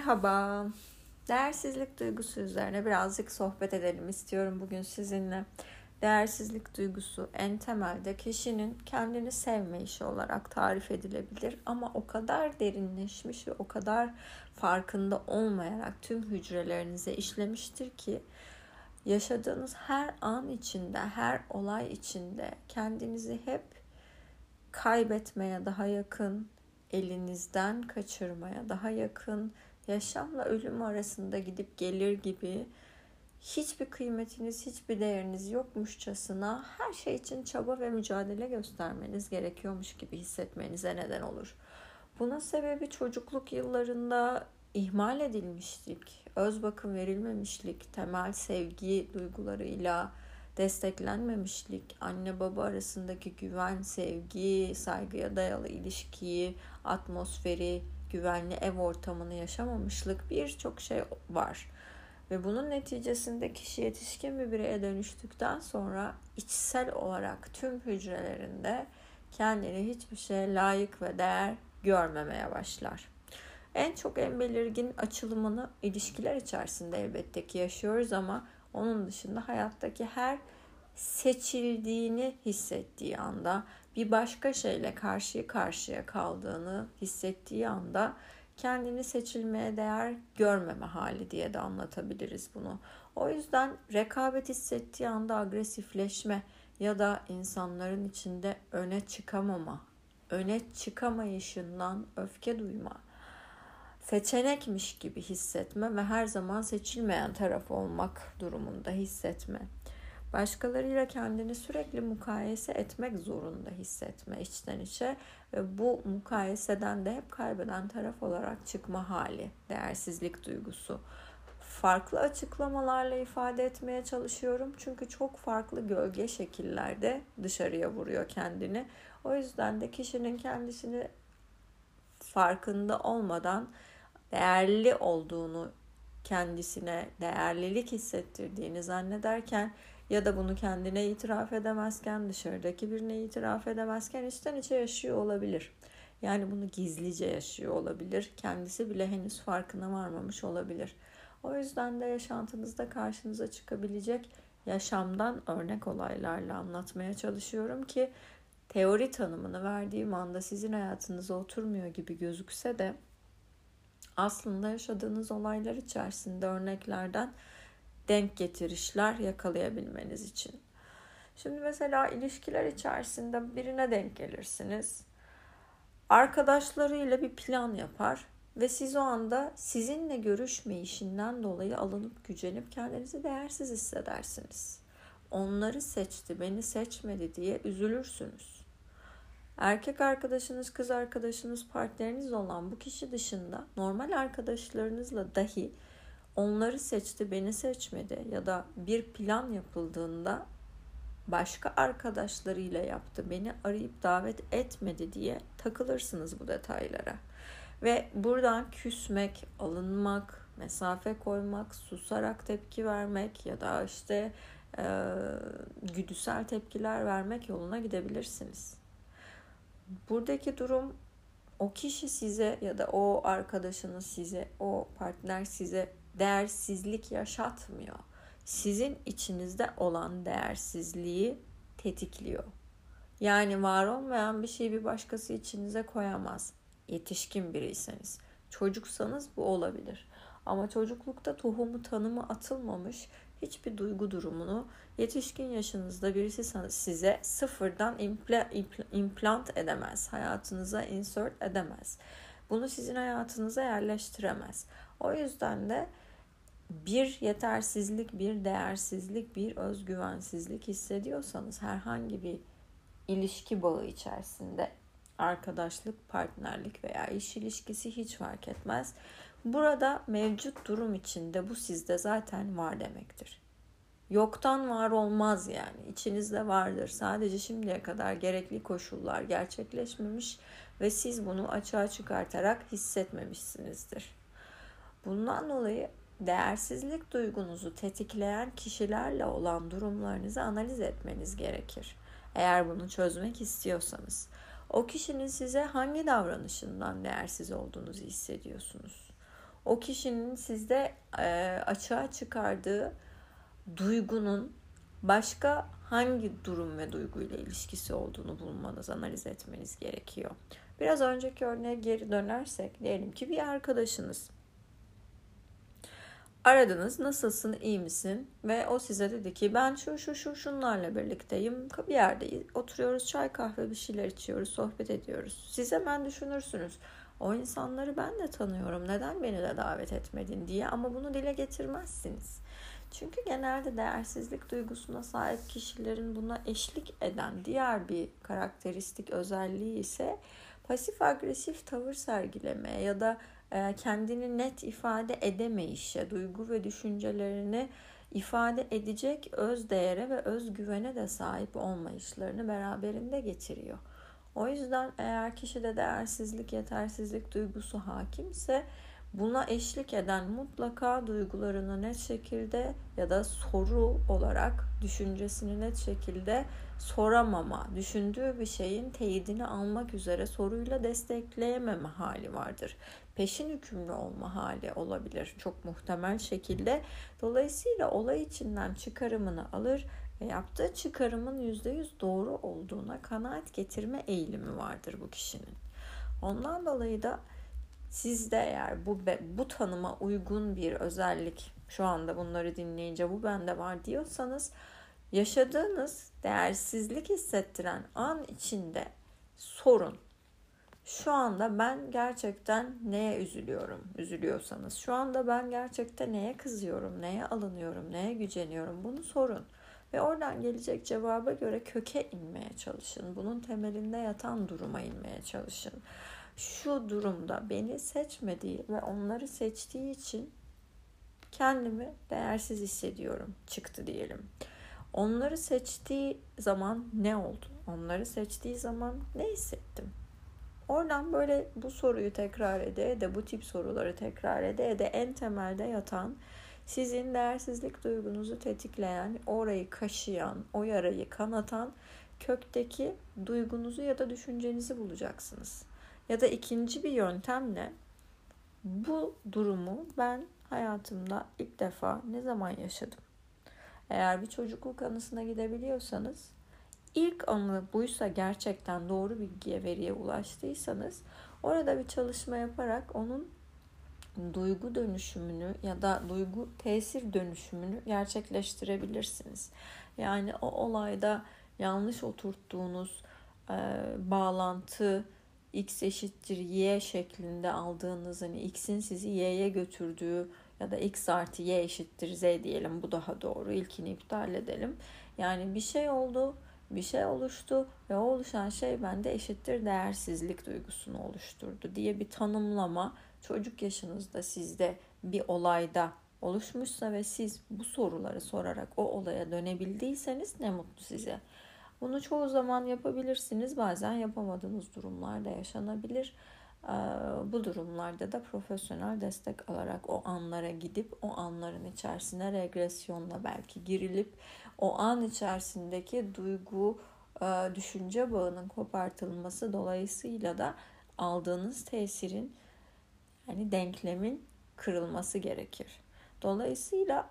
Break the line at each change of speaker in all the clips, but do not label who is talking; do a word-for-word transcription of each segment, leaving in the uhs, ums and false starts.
Merhaba. Değersizlik duygusu üzerine birazcık sohbet edelim istiyorum bugün sizinle. Değersizlik duygusu en temelde kişinin kendini sevme işi olarak tarif edilebilir ama o kadar derinleşmiş ve o kadar farkında olmayarak tüm hücrelerinize işlemiştir ki yaşadığınız her an içinde, her olay içinde kendinizi hep kaybetmeye daha yakın, elinizden kaçırmaya daha yakın, yaşamla ölüm arasında gidip gelir gibi hiçbir kıymetiniz, hiçbir değeriniz yokmuşçasına her şey için çaba ve mücadele göstermeniz gerekiyormuş gibi hissetmenize neden olur. Bunun sebebi çocukluk yıllarında ihmal edilmişlik, öz bakım verilmemişlik, temel sevgi duygularıyla desteklenmemişlik, anne baba arasındaki güven, sevgi, saygıya dayalı ilişkiyi, atmosferi, güvenli ev ortamını yaşamamışlık birçok şey var. Ve bunun neticesinde kişi yetişkin bir bireye dönüştükten sonra içsel olarak tüm hücrelerinde kendini hiçbir şeye layık ve değer görmemeye başlar. En çok en belirgin açılımını ilişkiler içerisinde elbette ki yaşıyoruz ama onun dışında hayattaki her seçildiğini hissettiği anda, bir başka şeyle karşı karşıya kaldığını hissettiği anda kendini seçilmeye değer görmeme hali diye de anlatabiliriz bunu. O yüzden rekabet hissettiği anda agresifleşme ya da insanların içinde öne çıkamama, öne çıkamayışından öfke duyma, seçenekmiş gibi hissetme ve her zaman seçilmeyen taraf olmak durumunda hissetme. Başkalarıyla kendini sürekli mukayese etmek zorunda hissetme içten içe ve bu mukayeseden de hep kaybeden taraf olarak çıkma hali, değersizlik duygusu. Farklı açıklamalarla ifade etmeye çalışıyorum çünkü çok farklı gölge şekillerde dışarıya vuruyor kendini. O yüzden de kişinin kendisini farkında olmadan değerli olduğunu, kendisine değerlilik hissettirdiğini zannederken ya da bunu kendine itiraf edemezken, dışarıdaki birine itiraf edemezken içten içe yaşıyor olabilir. Yani bunu gizlice yaşıyor olabilir. Kendisi bile henüz farkına varmamış olabilir. O yüzden de yaşantınızda karşınıza çıkabilecek yaşamdan örnek olaylarla anlatmaya çalışıyorum ki teori tanımını verdiğim anda sizin hayatınıza oturmuyor gibi gözükse de aslında yaşadığınız olaylar içerisinde örneklerden denk getirişler yakalayabilmeniz için. Şimdi mesela ilişkiler içerisinde birine denk gelirsiniz. Arkadaşlarıyla bir plan yapar ve siz o anda sizinle görüşmeyişinden dolayı alınıp gücenip kendinizi değersiz hissedersiniz. Onları seçti, beni seçmedi diye üzülürsünüz. Erkek arkadaşınız, kız arkadaşınız, partneriniz olan bu kişi dışında normal arkadaşlarınızla dahi onları seçti, beni seçmedi ya da bir plan yapıldığında başka arkadaşlarıyla yaptı, beni arayıp davet etmedi diye takılırsınız bu detaylara. Ve buradan küsmek, alınmak, mesafe koymak, susarak tepki vermek ya da işte e, güdüsel tepkiler vermek yoluna gidebilirsiniz. Buradaki durum o kişi size ya da o arkadaşınız size, o partner size değersizlik yaşatmıyor. Sizin içinizde olan değersizliği tetikliyor. Yani var olmayan bir şeyi bir başkası içinize koyamaz. Yetişkin biriyseniz. Çocuksanız bu olabilir. Ama çocuklukta tohumu tanımı atılmamış hiçbir duygu durumunu yetişkin yaşınızda birisi size sıfırdan implant edemez. Hayatınıza insert edemez. Bunu sizin hayatınıza yerleştiremez. O yüzden de bir yetersizlik, bir değersizlik, bir özgüvensizlik hissediyorsanız herhangi bir ilişki bağı içerisinde, arkadaşlık, partnerlik veya iş ilişkisi hiç fark etmez. Burada mevcut durum içinde bu sizde zaten var demektir. Yoktan var olmaz yani. İçinizde vardır. Sadece şimdiye kadar gerekli koşullar gerçekleşmemiş ve siz bunu açığa çıkartarak hissetmemişsinizdir. Bundan dolayı değersizlik duygunuzu tetikleyen kişilerle olan durumlarınızı analiz etmeniz gerekir. Eğer bunu çözmek istiyorsanız. O kişinin size hangi davranışından değersiz olduğunuzu hissediyorsunuz? O kişinin sizde e, açığa çıkardığı duygunun başka hangi durum ve duyguyla ilişkisi olduğunu bulmanız, analiz etmeniz gerekiyor. Biraz önceki örneğe geri dönersek, diyelim ki bir arkadaşınız. Aradınız, nasılsın, iyi misin? Ve o size dedi ki ben şu şu şu şunlarla birlikteyim. Bir yerde oturuyoruz, çay kahve bir şeyler içiyoruz, sohbet ediyoruz. Siz hemen düşünürsünüz. O insanları ben de tanıyorum. Neden beni de davet etmedin diye, ama bunu dile getirmezsiniz. Çünkü genelde değersizlik duygusuna sahip kişilerin buna eşlik eden diğer bir karakteristik özelliği ise pasif agresif tavır sergilemeye ya da kendini net ifade edemeyişe, duygu ve düşüncelerini ifade edecek öz değere ve özgüvene de sahip olmayışlarını beraberinde getiriyor. O yüzden eğer kişide değersizlik, yetersizlik duygusu hakimse buna eşlik eden mutlaka duygularını net şekilde ya da soru olarak düşüncesini net şekilde soramama, düşündüğü bir şeyin teyidini almak üzere soruyla destekleyememe hali vardır. Peşin hükümlü olma hali olabilir çok muhtemel şekilde. Dolayısıyla olay içinden çıkarımını alır ve yaptığı çıkarımın yüzde yüz doğru olduğuna kanaat getirme eğilimi vardır bu kişinin. Ondan dolayı da siz de eğer bu, bu tanıma uygun bir özellik, şu anda bunları dinleyince bu bende var diyorsanız, yaşadığınız değersizlik hissettiren an içinde sorun. Şu anda ben gerçekten neye üzülüyorum? Üzülüyorsanız, şu anda ben gerçekten neye kızıyorum, neye alınıyorum, neye güceniyorum? Bunu sorun. Ve oradan gelecek cevaba göre köke inmeye çalışın. Bunun temelinde yatan duruma inmeye çalışın. Şu durumda beni seçmediği ve onları seçtiği için kendimi değersiz hissediyorum çıktı diyelim. Onları seçtiği zaman ne oldu? Onları seçtiği zaman ne hissettim? Oradan böyle bu soruyu tekrar ede de bu tip soruları tekrar ede de en temelde yatan, sizin değersizlik duygunuzu tetikleyen, orayı kaşıyan, o yarayı kanatan kökteki duygunuzu ya da düşüncenizi bulacaksınız. Ya da ikinci bir yöntemle bu durumu ben hayatımda ilk defa ne zaman yaşadım? Eğer bir çocukluk anısına gidebiliyorsanız, ilk anı buysa, gerçekten doğru bilgiye, veriye ulaştıysanız, orada bir çalışma yaparak onun duygu dönüşümünü ya da duygu tesir dönüşümünü gerçekleştirebilirsiniz. Yani o olayda yanlış oturttuğunuz e, bağlantı x eşittir y şeklinde aldığınız, hani x'in sizi y'ye götürdüğü ya da x artı y eşittir z diyelim, bu daha doğru, ilkini iptal edelim. Yani bir şey oldu, bir şey oluştu ve o oluşan şey bende eşittir değersizlik duygusunu oluşturdu diye bir tanımlama çocuk yaşınızda sizde bir olayda oluşmuşsa ve siz bu soruları sorarak o olaya dönebildiyseniz ne mutlu size. Bunu çoğu zaman yapabilirsiniz. Bazen yapamadığınız durumlarda yaşanabilir. Bu durumlarda da profesyonel destek alarak o anlara gidip o anların içerisine regresyonla belki girilip o an içerisindeki duygu, düşünce bağının kopartılması dolayısıyla da aldığınız tesirin, yani denklemin kırılması gerekir. Dolayısıyla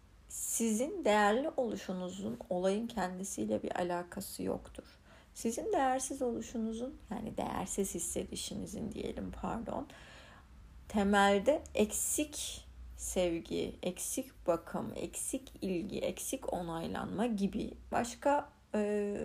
sizin değerli oluşunuzun olayın kendisiyle bir alakası yoktur. Sizin değersiz oluşunuzun, yani değersiz hissedişinizin diyelim pardon, temelde eksik sevgi, eksik bakım, eksik ilgi, eksik onaylanma gibi başka e,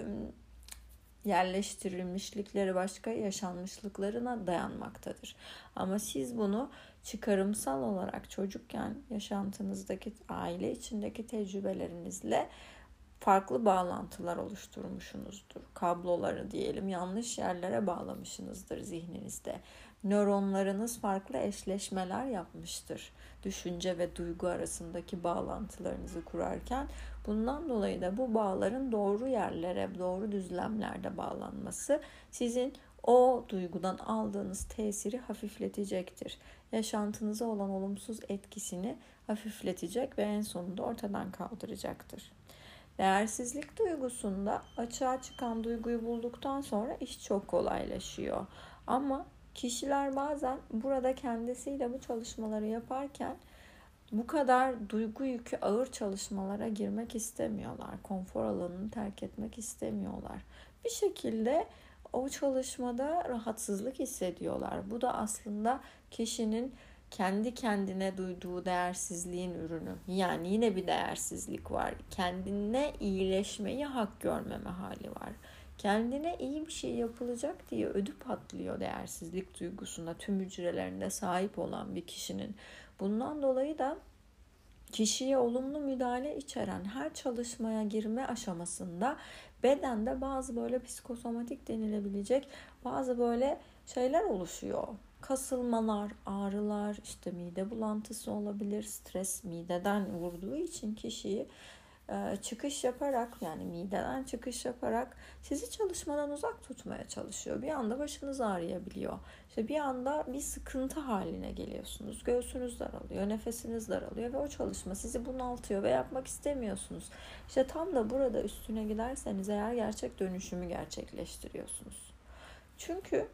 yerleştirilmişlikleri, başka yaşanmışlıklarına dayanmaktadır. Ama siz bunu çıkarımsal olarak çocukken yaşantınızdaki, aile içindeki tecrübelerinizle farklı bağlantılar oluşturmuşsunuzdur. Kabloları diyelim yanlış yerlere bağlamışsınızdır zihninizde. Nöronlarınız farklı eşleşmeler yapmıştır. Düşünce ve duygu arasındaki bağlantılarınızı kurarken, bundan dolayı da bu bağların doğru yerlere, doğru düzlemlerde bağlanması sizin o duygudan aldığınız tesiri hafifletecektir. Yaşantınıza olan olumsuz etkisini hafifletecek ve en sonunda ortadan kaldıracaktır. Değersizlik duygusunda açığa çıkan duyguyu bulduktan sonra iş çok kolaylaşıyor. Ama Kişiler bazen burada kendisiyle bu çalışmaları yaparken bu kadar duygu yükü ağır çalışmalara girmek istemiyorlar. Konfor alanını terk etmek istemiyorlar. Bir şekilde o çalışmada rahatsızlık hissediyorlar. Bu da aslında kişinin kendi kendine duyduğu değersizliğin ürünü. Yani yine bir değersizlik var. Kendine iyileşmeyi hak görmeme hali var. Kendine iyi bir şey yapılacak diye ödü patlıyor değersizlik duygusuna tüm hücrelerinde sahip olan bir kişinin. Bundan dolayı da kişiye olumlu müdahale içeren her çalışmaya girme aşamasında bedende bazı böyle psikosomatik denilebilecek bazı böyle şeyler oluşuyor. Kasılmalar, ağrılar, işte mide bulantısı olabilir, stres mideden vurduğu için kişiyi çıkış yaparak, yani mideden çıkış yaparak sizi çalışmadan uzak tutmaya çalışıyor. Bir anda başınız ağrıyabiliyor. İşte bir anda bir sıkıntı haline geliyorsunuz. Göğsünüz daralıyor, nefesiniz daralıyor ve o çalışma sizi bunaltıyor ve yapmak istemiyorsunuz. İşte tam da burada üstüne giderseniz eğer gerçek dönüşümü gerçekleştiriyorsunuz. Çünkü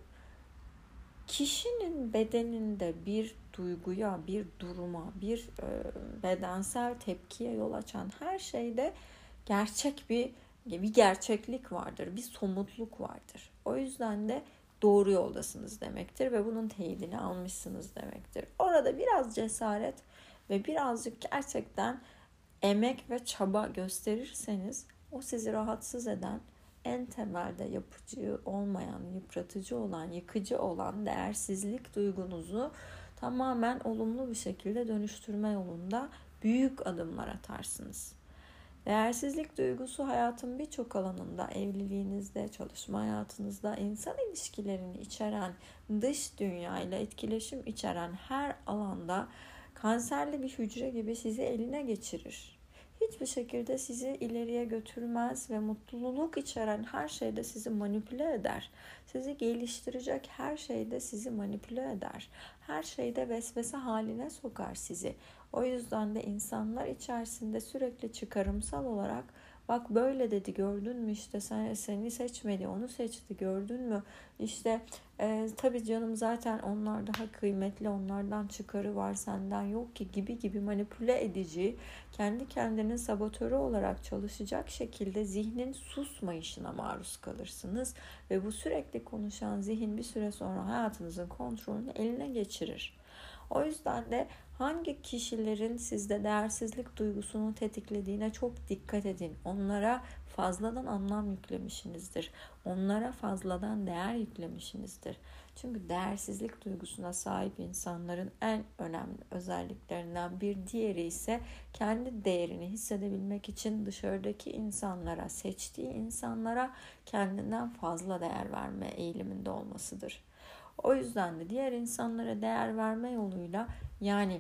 kişinin bedeninde bir duyguya, bir duruma, bir e, bedensel tepkiye yol açan her şeyde gerçek bir bir gerçeklik vardır, bir somutluk vardır. O yüzden de doğru yoldasınız demektir ve bunun teyidini almışsınız demektir. Orada biraz cesaret ve birazcık gerçekten emek ve çaba gösterirseniz o sizi rahatsız eden, en temelde yapıcı olmayan, yıpratıcı olan, yıkıcı olan değersizlik duygunuzu tamamen olumlu bir şekilde dönüştürme yolunda büyük adımlar atarsınız. Değersizlik duygusu hayatın birçok alanında, evliliğinizde, çalışma hayatınızda, insan ilişkilerini içeren, dış dünyayla etkileşim içeren her alanda kanserli bir hücre gibi sizi eline geçirir. Hiçbir şekilde sizi ileriye götürmez ve mutluluk içeren her şeyde sizi manipüle eder. Sizi geliştirecek her şeyde sizi manipüle eder. Her şeyde vesvese haline sokar sizi. O yüzden de insanlar içerisinde sürekli çıkarımsal olarak bak böyle dedi, gördün mü, işte sen, seni seçmedi, onu seçti, gördün mü? İşte e, tabii canım zaten onlar daha kıymetli, onlardan çıkarı var, senden yok ki gibi gibi manipüle edici, kendi kendinin sabotörü olarak çalışacak şekilde zihnin susmayışına maruz kalırsınız. Ve bu sürekli konuşan zihin bir süre sonra hayatınızın kontrolünü eline geçirir. O yüzden de hangi kişilerin sizde değersizlik duygusunu tetiklediğine çok dikkat edin. Onlara fazladan anlam yüklemişsinizdir. Onlara fazladan değer yüklemişsinizdir. Çünkü değersizlik duygusuna sahip insanların en önemli özelliklerinden bir diğeri ise kendi değerini hissedebilmek için dışarıdaki insanlara, seçtiği insanlara kendinden fazla değer verme eğiliminde olmasıdır. O yüzden de diğer insanlara değer verme yoluyla, yani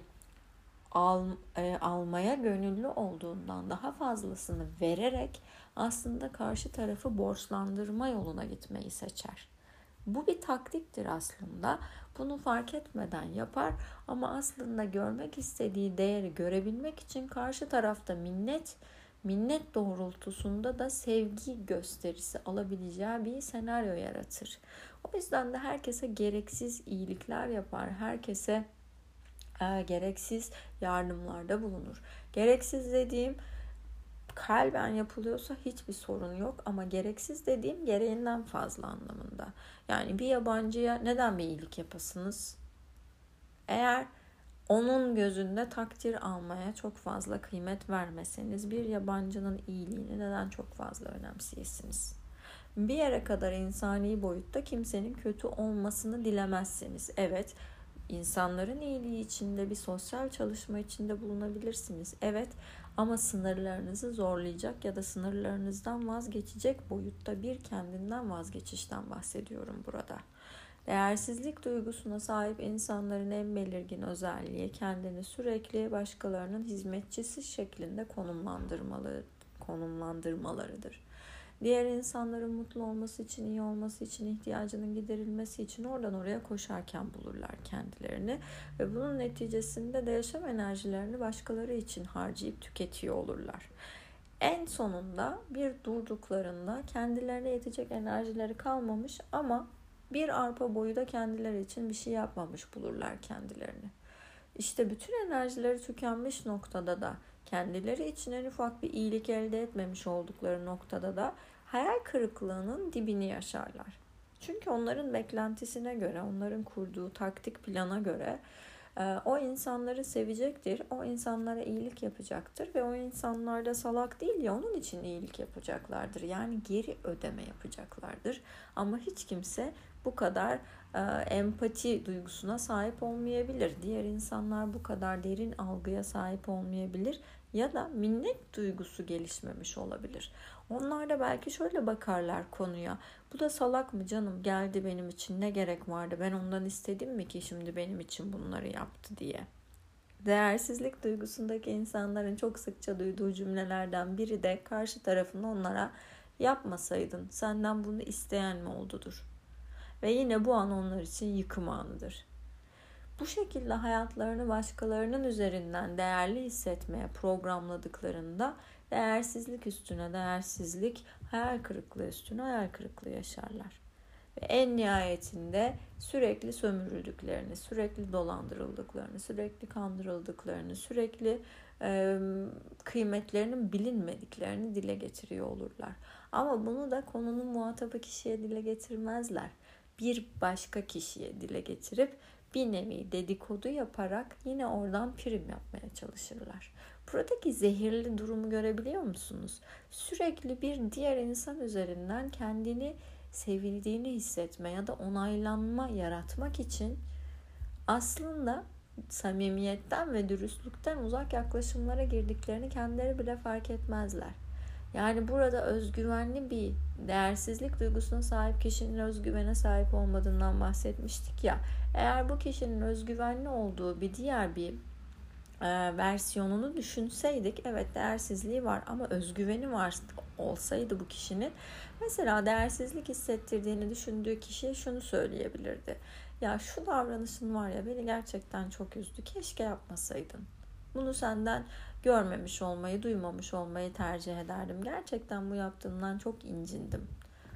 al, e, almaya gönüllü olduğundan daha fazlasını vererek aslında karşı tarafı borçlandırma yoluna gitmeyi seçer. Bu bir taktiktir aslında. Bunu fark etmeden yapar ama aslında görmek istediği değeri görebilmek için karşı tarafta minnet, minnet doğrultusunda da sevgi gösterisi alabileceği bir senaryo yaratır. O yüzden de herkese gereksiz iyilikler yapar. Herkese e, gereksiz yardımlarda bulunur. Gereksiz dediğim kalben yapılıyorsa hiçbir sorun yok ama gereksiz dediğim gereğinden fazla anlamında. Yani bir yabancıya neden bir iyilik yapasınız? Eğer onun gözünde takdir almaya çok fazla kıymet vermeseniz bir yabancının iyiliğini neden çok fazla önemseyesiniz? Bir yere kadar insani boyutta kimsenin kötü olmasını dilemezseniz, evet, insanların iyiliği içinde bir sosyal çalışma içinde bulunabilirsiniz. Evet, ama sınırlarınızı zorlayacak ya da sınırlarınızdan vazgeçecek boyutta bir kendinden vazgeçişten bahsediyorum burada. Değersizlik duygusuna sahip insanların en belirgin özelliği kendini sürekli başkalarının hizmetçisi şeklinde konumlandırmaları, konumlandırmalarıdır. Diğer insanların mutlu olması için, iyi olması için, ihtiyacının giderilmesi için oradan oraya koşarken bulurlar kendilerini. Ve bunun neticesinde de yaşam enerjilerini başkaları için harcayıp tüketiyor olurlar. En sonunda bir durduklarında kendilerine yetecek enerjileri kalmamış ama bir arpa boyu da kendileri için bir şey yapmamış bulurlar kendilerini. İşte bütün enerjileri tükenmiş noktada da, kendileri için en ufak bir iyilik elde etmemiş oldukları noktada da hayal kırıklığının dibini yaşarlar. Çünkü onların beklentisine göre, onların kurduğu taktik plana göre o insanları sevecektir, o insanlara iyilik yapacaktır ve o insanlar da salak değil ya, onun için iyilik yapacaklardır. Yani geri ödeme yapacaklardır. Ama hiç kimse bu kadar e, empati duygusuna sahip olmayabilir. Diğer insanlar bu kadar derin algıya sahip olmayabilir ya da minnet duygusu gelişmemiş olabilir. Onlar da belki şöyle bakarlar konuya: bu da salak mı canım, geldi benim için, ne gerek vardı, ben ondan istedim mi ki şimdi benim için bunları yaptı diye. Değersizlik duygusundaki insanların çok sıkça duyduğu cümlelerden biri de karşı tarafın onlara yapmasaydın senden bunu isteyen mi oldudur. Ve yine bu an onlar için yıkım anıdır. Bu şekilde hayatlarını başkalarının üzerinden değerli hissetmeye programladıklarında değersizlik üstüne değersizlik, hayal kırıklığı üstüne hayal kırıklığı yaşarlar. Ve en nihayetinde sürekli sömürüldüklerini, sürekli dolandırıldıklarını, sürekli kandırıldıklarını, sürekli e, kıymetlerinin bilinmediklerini dile getiriyor olurlar. Ama bunu da konunun muhatabı kişiye dile getirmezler. Bir başka kişiye dile getirip bir nevi dedikodu yaparak yine oradan prim yapmaya çalışırlar. Buradaki zehirli durumu görebiliyor musunuz? Sürekli bir diğer insan üzerinden kendini sevildiğini hissetme ya da onaylanma yaratmak için aslında samimiyetten ve dürüstlükten uzak yaklaşımlara girdiklerini kendileri bile fark etmezler. Yani burada özgüvenli bir değersizlik duygusuna sahip kişinin özgüvene sahip olmadığından bahsetmiştik ya. Eğer bu kişinin özgüvenli olduğu bir diğer bir e, versiyonunu düşünseydik, evet değersizliği var ama özgüveni var olsaydı bu kişinin, mesela değersizlik hissettirdiğini düşündüğü kişiye şunu söyleyebilirdi: ya şu davranışın var ya, beni gerçekten çok üzdü, keşke yapmasaydın. Bunu senden görmemiş olmayı, duymamış olmayı tercih ederdim. Gerçekten bu yaptığımdan çok incindim.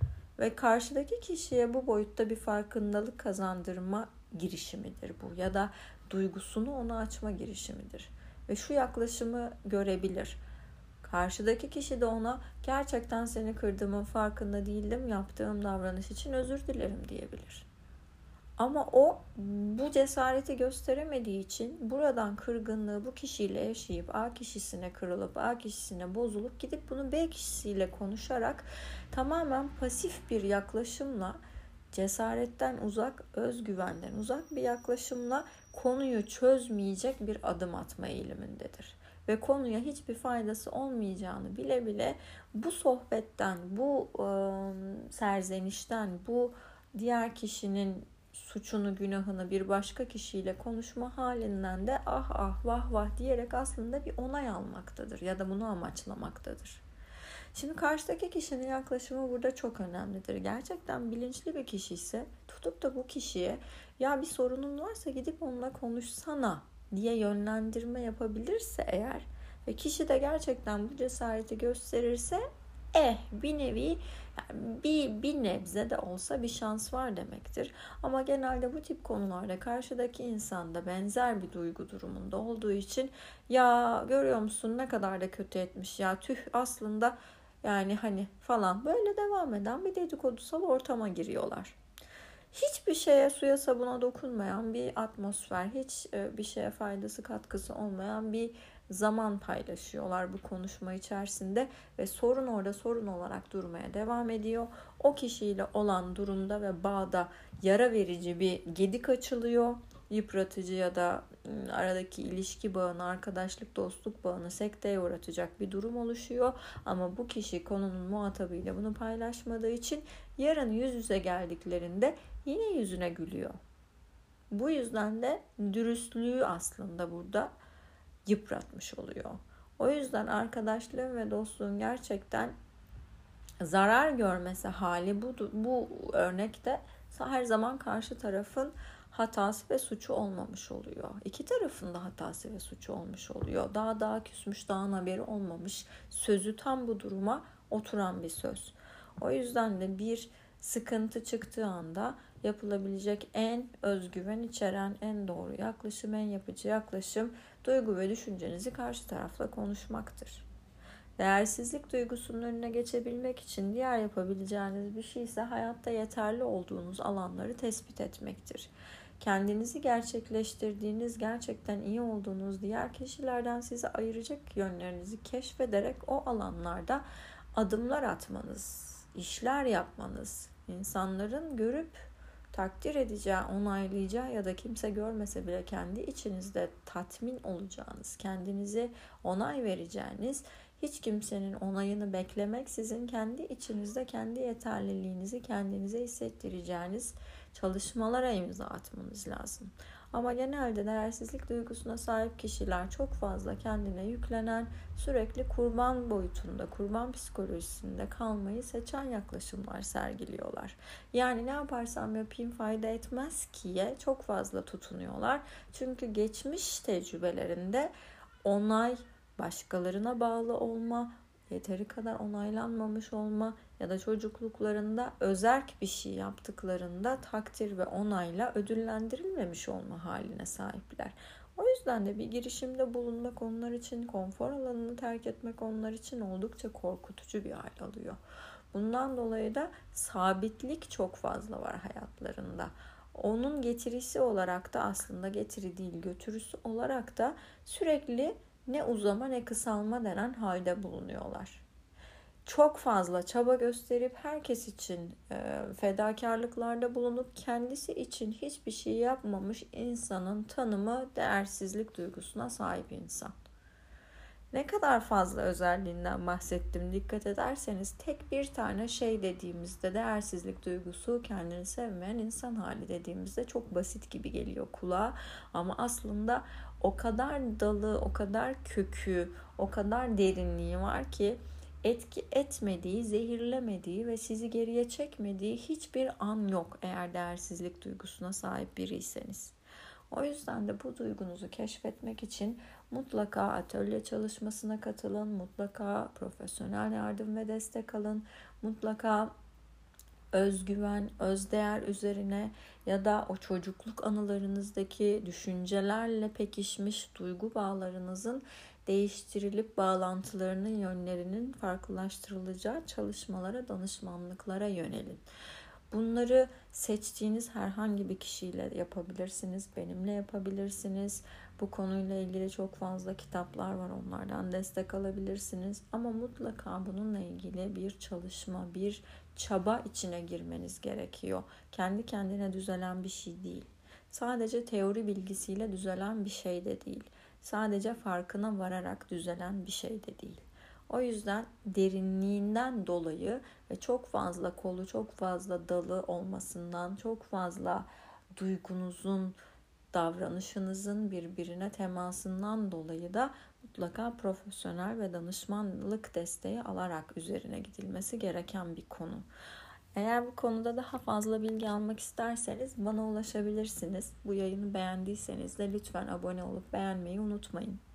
Ve karşıdaki kişiye bu boyutta bir farkındalık kazandırma girişimidir bu. Ya da duygusunu ona açma girişimidir. Ve şu yaklaşımı görebilir: karşıdaki kişi de ona gerçekten seni kırdığımın farkında değildim, yaptığım davranış için özür dilerim diyebilir. Ama o bu cesareti gösteremediği için buradan kırgınlığı bu kişiyle yaşayıp A kişisine kırılıp A kişisine bozulup gidip bunu B kişisiyle konuşarak tamamen pasif bir yaklaşımla, cesaretten uzak, özgüvenden uzak bir yaklaşımla konuyu çözmeyecek bir adım atma eğilimindedir. Ve konuya hiçbir faydası olmayacağını bile bile bu sohbetten, bu ıı, serzenişten, bu diğer kişinin suçunu, günahını bir başka kişiyle konuşma halinden de ah ah vah vah diyerek aslında bir onay almaktadır ya da bunu amaçlamaktadır. Şimdi karşıdaki kişinin yaklaşımı burada çok önemlidir. Gerçekten bilinçli bir kişi ise tutup da bu kişiye ya bir sorunun varsa gidip onunla konuşsana diye yönlendirme yapabilirse eğer ve kişi de gerçekten bu cesareti gösterirse eh bir nevi bir, bir nebze de olsa bir şans var demektir. Ama genelde bu tip konularda karşıdaki insan da benzer bir duygu durumunda olduğu için ya görüyor musun ne kadar da kötü etmiş ya, tüh aslında yani hani falan, böyle devam eden bir dedikodusal ortama giriyorlar. Hiçbir şeye, suya sabuna dokunmayan bir atmosfer, hiç bir şeye faydası katkısı olmayan bir zaman paylaşıyorlar bu konuşma içerisinde ve sorun orada sorun olarak durmaya devam ediyor. O kişiyle olan durumda ve bağda yara verici bir gedik açılıyor. Yıpratıcı ya da aradaki ilişki bağını, arkadaşlık, dostluk bağını sekteye uğratacak bir durum oluşuyor. Ama bu kişi konunun muhatabıyla bunu paylaşmadığı için yarın yüz yüze geldiklerinde yine yüzüne gülüyor. Bu yüzden de dürüstlüğü aslında burada yıpratmış oluyor. O yüzden arkadaşlığın ve dostluğun gerçekten zarar görmesi hali bu, bu örnekte her zaman karşı tarafın hatası ve suçu olmamış oluyor. İki tarafın da hatası ve suçu olmuş oluyor. Daha daha küsmüş, dağın haberi olmamış. Sözü tam bu duruma oturan bir söz. O yüzden de bir sıkıntı çıktığı anda yapılabilecek en özgüven içeren, en doğru yaklaşım, en yapıcı yaklaşım duygu ve düşüncenizi karşı tarafla konuşmaktır. Değersizlik duygusunun önüne geçebilmek için diğer yapabileceğiniz bir şey ise hayatta yeterli olduğunuz alanları tespit etmektir. Kendinizi gerçekleştirdiğiniz, gerçekten iyi olduğunuz diğer kişilerden sizi ayıracak yönlerinizi keşfederek o alanlarda adımlar atmanız, işler yapmanız, insanların görüp takdir edeceği, onaylayacağı ya da kimse görmese bile kendi içinizde tatmin olacağınız, kendinize onay vereceğiniz, hiç kimsenin onayını beklemeksizin kendi içinizde kendi yeterliliğinizi kendinize hissettireceğiniz çalışmalara imza atmanız lazım. Ama genelde değersizlik duygusuna sahip kişiler çok fazla kendine yüklenen, sürekli kurban boyutunda, kurban psikolojisinde kalmayı seçen yaklaşımlar sergiliyorlar. Yani ne yaparsam yapayım fayda etmez ki'ye çok fazla tutunuyorlar. Çünkü geçmiş tecrübelerinde onay, başkalarına bağlı olma, yeteri kadar onaylanmamış olma ya da çocukluklarında özerk bir şey yaptıklarında takdir ve onayla ödüllendirilmemiş olma haline sahipler. O yüzden de bir girişimde bulunmak onlar için, konfor alanını terk etmek onlar için oldukça korkutucu bir hal alıyor. Bundan dolayı da sabitlik çok fazla var hayatlarında. Onun getirisi olarak da aslında getiri değil götürüsü olarak da sürekli ne uzama ne kısalma denen halde bulunuyorlar. Çok fazla çaba gösterip herkes için e, fedakarlıklarda bulunup kendisi için hiçbir şey yapmamış insanın tanımı değersizlik duygusuna sahip insan. Ne kadar fazla özelliğinden bahsettim dikkat ederseniz tek bir tane şey dediğimizde değersizlik duygusu kendini sevmeyen insan hali dediğimizde çok basit gibi geliyor kulağa. Ama aslında o kadar dalı, o kadar kökü, o kadar derinliği var ki etki etmediği, zehirlemediği ve sizi geriye çekmediği hiçbir an yok eğer değersizlik duygusuna sahip biriyseniz. O yüzden de bu duygunuzu keşfetmek için mutlaka atölye çalışmasına katılın, mutlaka profesyonel yardım ve destek alın, mutlaka özgüven, özdeğer üzerine ya da o çocukluk anılarınızdaki düşüncelerle pekişmiş duygu bağlarınızın değiştirilip bağlantılarının yönlerinin farklılaştırılacağı çalışmalara, danışmanlıklara yönelin. Bunları seçtiğiniz herhangi bir kişiyle yapabilirsiniz, benimle yapabilirsiniz. Bu konuyla ilgili çok fazla kitaplar var, onlardan destek alabilirsiniz. Ama mutlaka bununla ilgili bir çalışma, bir çaba içine girmeniz gerekiyor. Kendi kendine düzelen bir şey değil. Sadece teori bilgisiyle düzelen bir şey de değil. Sadece farkına vararak düzelen bir şey de değil. O yüzden derinliğinden dolayı ve çok fazla kolu, çok fazla dalı olmasından, çok fazla duygunuzun, davranışınızın birbirine temasından dolayı da mutlaka profesyonel ve danışmanlık desteği alarak üzerine gidilmesi gereken bir konu. Eğer bu konuda daha fazla bilgi almak isterseniz bana ulaşabilirsiniz. Bu yayını beğendiyseniz de lütfen abone olup beğenmeyi unutmayın.